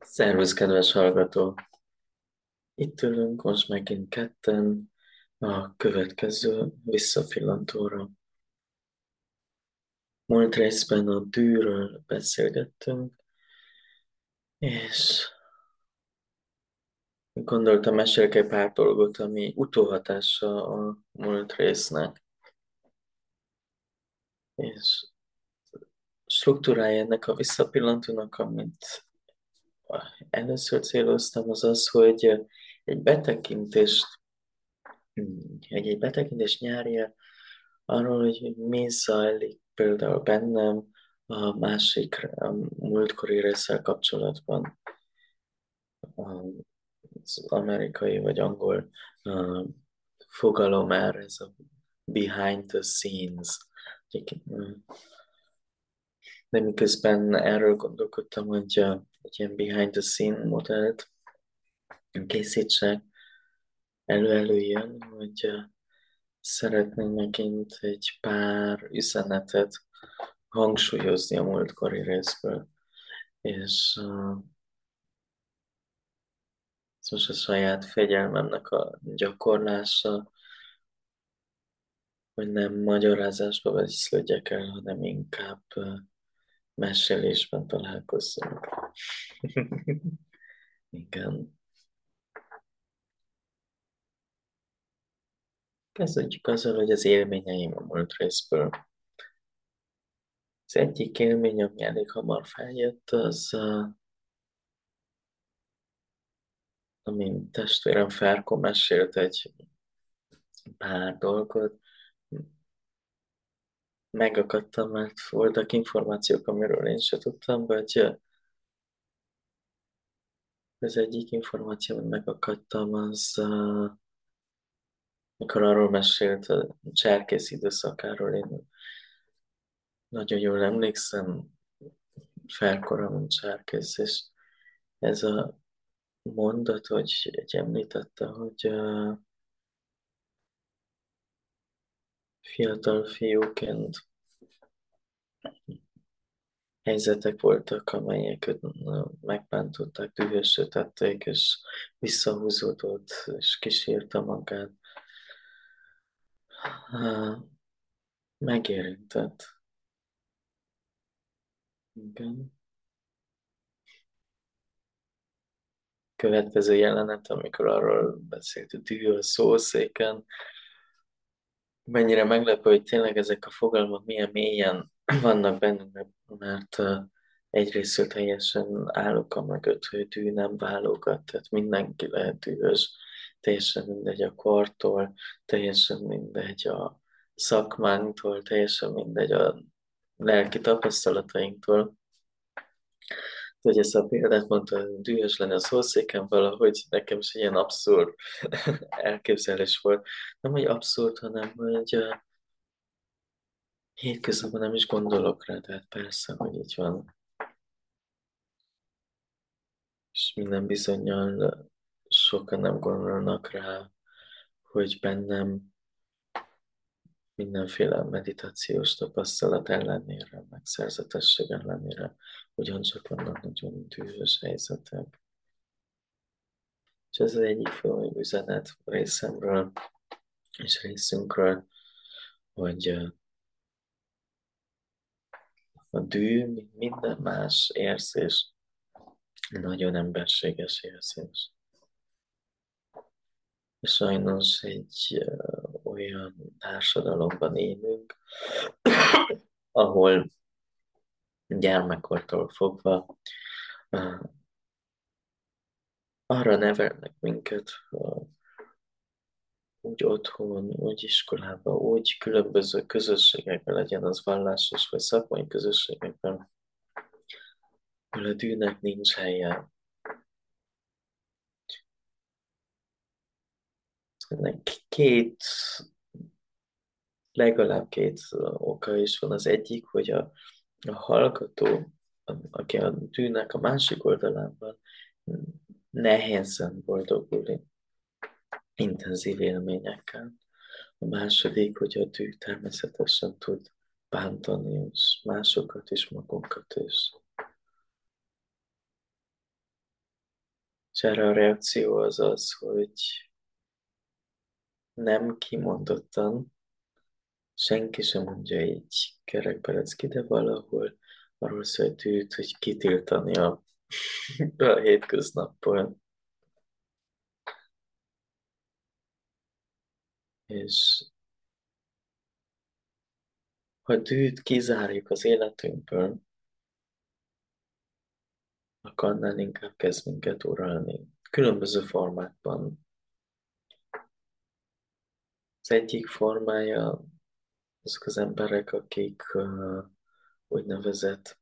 Szervusz, kedves hallgató! Itt ülünk most megint ketten a következő visszapillantóra. Múlt részben a dűről beszélgettünk, és gondoltam, mesélek egy pár dolgot, ami utóhatása a múlt résznek, és struktúrája ennek a visszapillantónak, amit először céloztam, az az, hogy egy betekintést, egy betekintést nyerje arról, hogy mi zajlik például bennem a másik a múltkori résszel kapcsolatban, az amerikai vagy angol fogalom erre, ez a behind the scenes. De miközben erről gondolkodtam, hogy egy ilyen behind the scene modellt készítsek, előjön, hogy szeretnénk megint egy pár üzenetet hangsúlyozni a múltkori részből, és ez most a saját fegyelmemnek a gyakorlása, hogy nem magyarázásba vesződjek el, hanem inkább mesélésben találkozzunk. Igen. Kezdjük azzal, hogy az élményeim a múlt részből. Az egyik élmény, ami elég hamar feljött, az, amin testvérem Ferko mesélt egy pár dolgot, megakadtam, mert voltak információk, amiről én sem tudtam, vagy az egyik információ, amit megakadtam, az mikor arról mesélt a cserkész időszakáról, én nagyon jól emlékszem, felkoram, mint cserkész, és ez a mondat, hogy egy említette, hogy fiatal fiúként helyzetek voltak, amelyek őt megbántották, dühösítették, és visszahúzódott, és kísérte magát. Megérintett. Igen. Következő jelenet, amikor arról beszélt, hogy düh a szószéken, mennyire meglepő, hogy tényleg ezek a fogalmak milyen mélyen vannak bennünk, mert egyrészt teljesen állok a mögött, hogy düh nem válogat, tehát mindenki lehet dühös, teljesen mindegy a kortól, teljesen mindegy a szakmánktól, teljesen mindegy a lelki tapasztalatainktól. Hogy ezt a példát mondta, hogy dühös lenne a szószéken, valahogy nekem is ilyen abszurd elképzelés volt. Nem, hogy abszurd, hanem hogy hétköznapban nem is gondolok rá, tehát persze, hogy így van. És minden bizonnyal sokan nem gondolnak rá, hogy bennem mindenféle meditációs tapasztalat ellenére, megszerzetesség ellenére ugyancsak vannak nagyon dühös helyzetek. És ez az egyik fő üzenet részemről és részünkről, hogy a dű, mint minden más érzés, nagyon emberséges érzés. Sajnos egy olyan társadalomban élünk, ahol gyermekkortól fogva arra nevelnek minket, úgy otthon, úgy iskolában, úgy különböző közösségekben, legyen az vallásos vagy szakmai közösségekben, ahol a dűnek nincs helye. Ennek legalább két oka is van. Az egyik, hogy a hallgató, aki a dűnek a másik oldalán van, nehezen boldogul intenzív élményekkel. A második, hogy a dű természetesen tud bántani, és másokat is, magunkat is. És erre a reakció az az, hogy nem kimondottan, senki sem mondja így kerekperecki, de valahol arról szól, hogy tűt, hogy kitiltani a hétköznapból. És ha tűt kizárjuk az életünkből, akkor annál inkább kezd minket uralni. Különböző formákban. Az egyik formája azok az emberek, akik úgynevezett,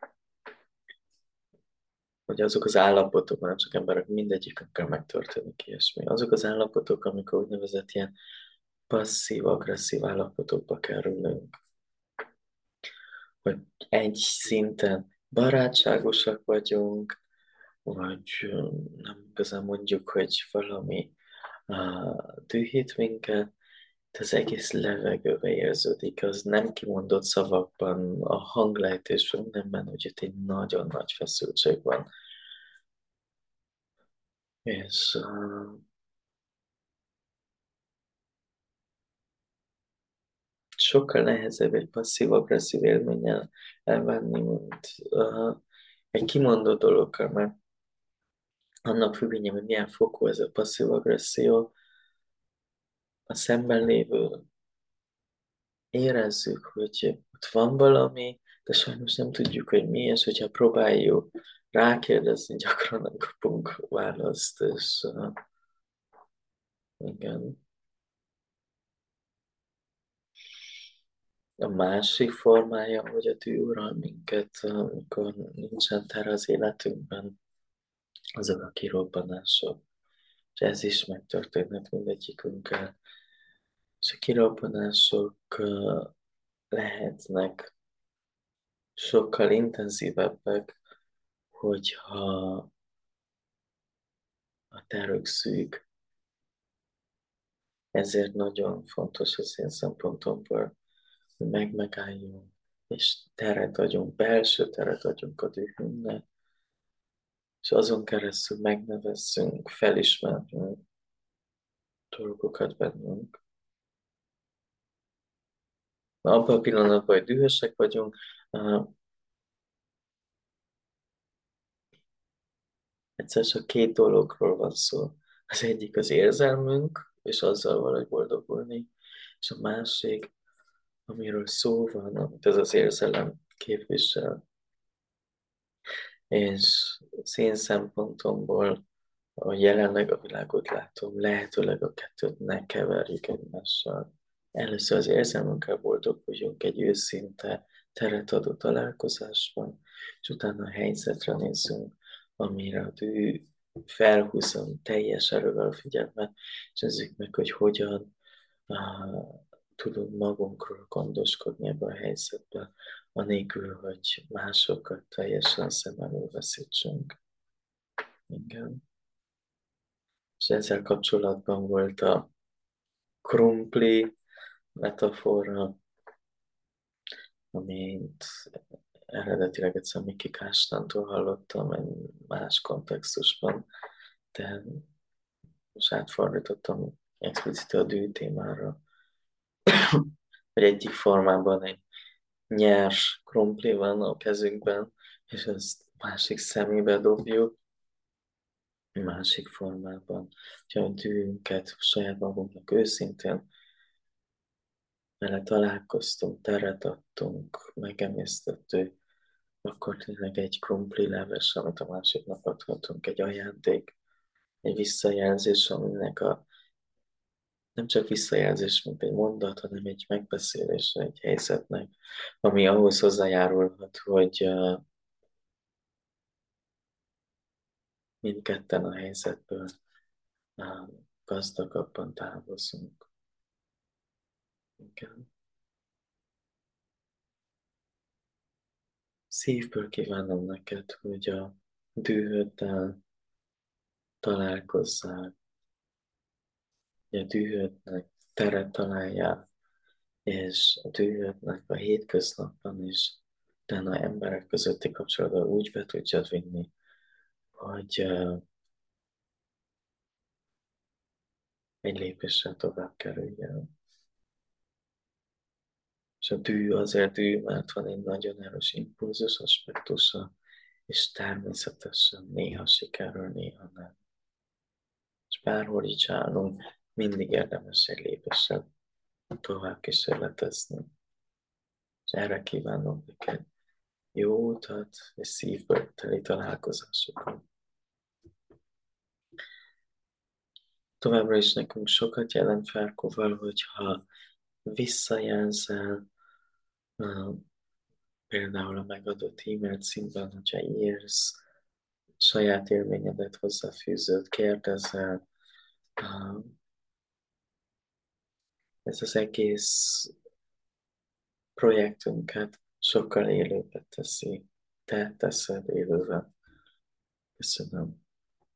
hogy azok az állapotok, nem csak emberek, mindegyikünkkel megtörténik ilyesmi. Azok az állapotok, amikor úgynevezett ilyen passzív-agresszív állapotokba kerülünk, hogy egy szinten barátságosak vagyunk, vagy nem igazán mondjuk, hogy valami dühít minket, de az egész levegőbe érződik, az nem kimondott szavakban, a hanglejtésben, mindenben, hogy itt egy nagyon nagy feszültség van. És sokkal nehezebb egy passzív-agresszív élménnyel elvenni, mint egy kimondott dologkal, mert annak függvényében, hogy milyen fokú ez a passzív-agresszió, a szemben lévő érezzük, hogy ott van valami, de sajnos nem tudjuk, hogy mi, és hogyha próbáljuk rákérdezni, gyakran nem kapunk választ, és igen. A másik formája, hogy a tű ural minket, amikor nincsen tere az életünkben, azok a kirobbanások. És ez is megtörténhet mindegyikünkkel. És a kirobbanások lehetnek sokkal intenzívebbek, hogyha a terük szűk. Ezért nagyon fontos az én szempontomból, hogy megálljunk, és teret adjunk, belső teret adjunk a dühünknek, és azon keresztül megnevezzünk, felismerjünk dolgokat bennünk. Abban a pillanatban, hogy dühösek vagyunk, egyszer csak két dologról van szó. Az egyik az érzelmünk, és azzal valahogy boldogulni, és a másik, amiről szó van, amit ez az érzelem képvisel. És az én szempontomból, ahogy jelenleg a világot látom, lehetőleg a kettőt ne keverjük egymással. Először az érzelmünkkel boldoguljunk egy őszinte, teret adó találkozásban, és utána a helyzetre nézzünk, amire a dű felhúzom teljes erővel a figyelmet, és nézzük meg, hogy hogyan tudunk magunkról gondoskodni ebbe a helyzetbe, anélkül, hogy másokat teljesen szem elől veszítsünk. Igen. És ezzel kapcsolatban volt a krumpli metafora, amit eredetileg egyszer Miki Kástantól hallottam egy más kontextusban, de most átfordítottam explicit a dű témára, hogy egyik formában egy nyers krumpli van a kezünkben, és ezt másik szemébe dobjuk, másik formában. Ha a dühünket saját magunknak őszintén vele találkoztunk, teret adtunk, megemésztettük, akkor tényleg egy krumpli leves, amit a másik nap adhatunk, egy ajándék, egy visszajelzés, aminek nem csak visszajelzés, mint egy mondat, hanem egy megbeszélés egy helyzetnek, ami ahhoz hozzájárulhat, hogy mindketten a helyzetből gazdagabban távozunk. Igen. Szívből kívánom neked, hogy a dühöddel találkozzál, hogy a dühödnek teret találjál, és a dühödnek a hétköznapban is, utána emberek közötti kapcsolatban úgy be tudjad vinni, hogy egy lépéssel tovább kerüljön. És a dű azért dű, mert van egy nagyon erős impulzus aspektusa, és természetesen néha sikerül, néha nem. És bárhol is állunk, mindig érdemes egy lépéssel tovább kísérletezni. És erre kívánok neked jó utat és szívből teli találkozásokat. Továbbra is nekünk sokat jelent Ferkóval, hogyha visszajelzel, például a megadott e-mail címben, hogyha írsz, saját élményedet hozzáfűződ, kérdezel, ez az egész projektünket sokkal élőbbet teszi. Te teszed élővel. Köszönöm.